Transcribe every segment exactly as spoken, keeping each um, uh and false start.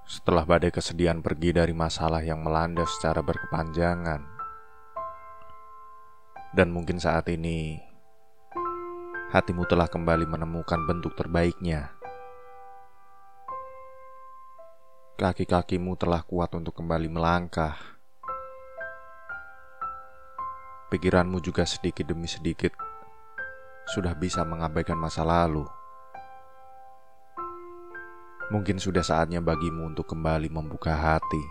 Setelah badai kesedihan pergi dari masalah yang melanda secara berkepanjangan, dan mungkin saat ini hatimu telah kembali menemukan bentuk terbaiknya. Kaki-kakimu telah kuat untuk kembali melangkah. Pikiranmu juga sedikit demi sedikit sudah bisa mengabaikan masa lalu. Mungkin sudah saatnya bagimu untuk kembali membuka hati.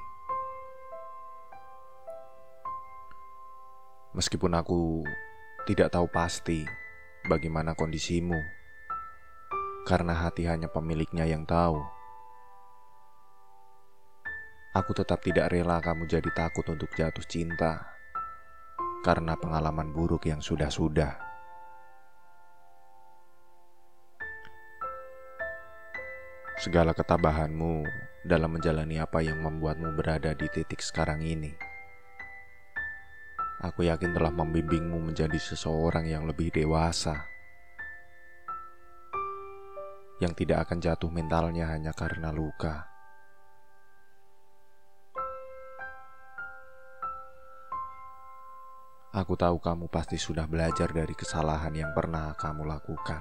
Meskipun aku tidak tahu pasti bagaimana kondisimu, karena hati hanya pemiliknya yang tahu. Aku tetap tidak rela kamu jadi takut untuk jatuh cinta karena pengalaman buruk yang sudah-sudah. Segala ketabahanmu dalam menjalani apa yang membuatmu berada di titik sekarang ini, aku yakin telah membimbingmu menjadi seseorang yang lebih dewasa, yang tidak akan jatuh mentalnya hanya karena luka. Aku tahu kamu pasti sudah belajar dari kesalahan yang pernah kamu lakukan.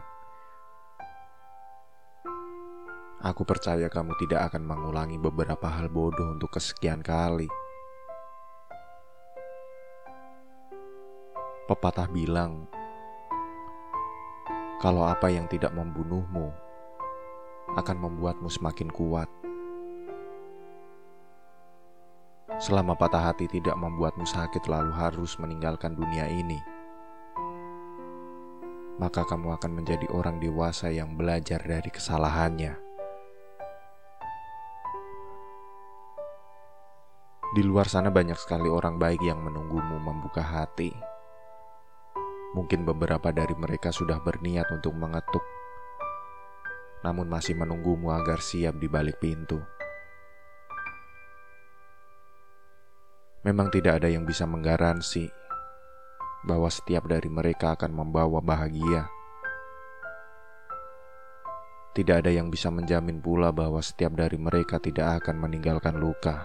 Aku percaya kamu tidak akan mengulangi beberapa hal bodoh untuk kesekian kali. Pepatah bilang, kalau apa yang tidak membunuhmu akan membuatmu semakin kuat. Selama patah hati tidak membuatmu sakit lalu harus meninggalkan dunia ini, maka kamu akan menjadi orang dewasa yang belajar dari kesalahannya. Di luar sana banyak sekali orang baik yang menunggumu membuka hati. Mungkin beberapa dari mereka sudah berniat untuk mengetuk, namun masih menunggumu agar siap di balik pintu. Memang tidak ada yang bisa menggaransi bahwa setiap dari mereka akan membawa bahagia. Tidak ada yang bisa menjamin pula bahwa setiap dari mereka tidak akan meninggalkan luka.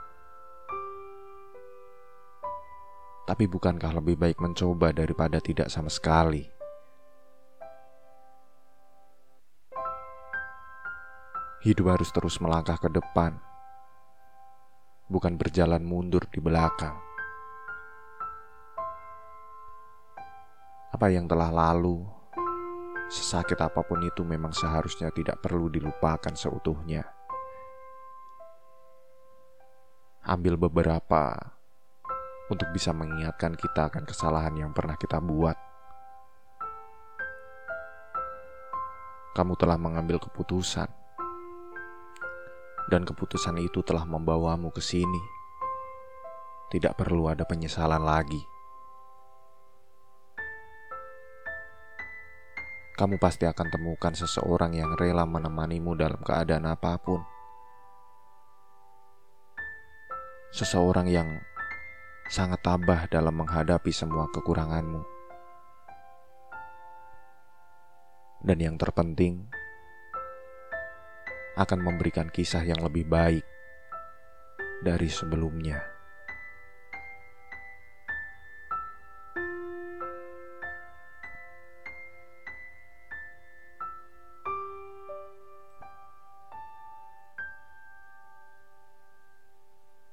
Tapi bukankah lebih baik mencoba daripada tidak sama sekali? Hidup harus terus melangkah ke depan, bukan berjalan mundur di belakang. Apa yang telah lalu, sesakit apapun itu memang seharusnya tidak perlu dilupakan seutuhnya. Ambil beberapa untuk bisa mengingatkan kita akan kesalahan yang pernah kita buat. Kamu telah mengambil keputusan, dan keputusan itu telah membawamu ke sini. Tidak perlu ada penyesalan lagi. Kamu pasti akan temukan seseorang yang rela menemanimu dalam keadaan apapun. Seseorang yang sangat tabah dalam menghadapi semua kekuranganmu. Dan yang terpenting, akan memberikan kisah yang lebih baik dari sebelumnya.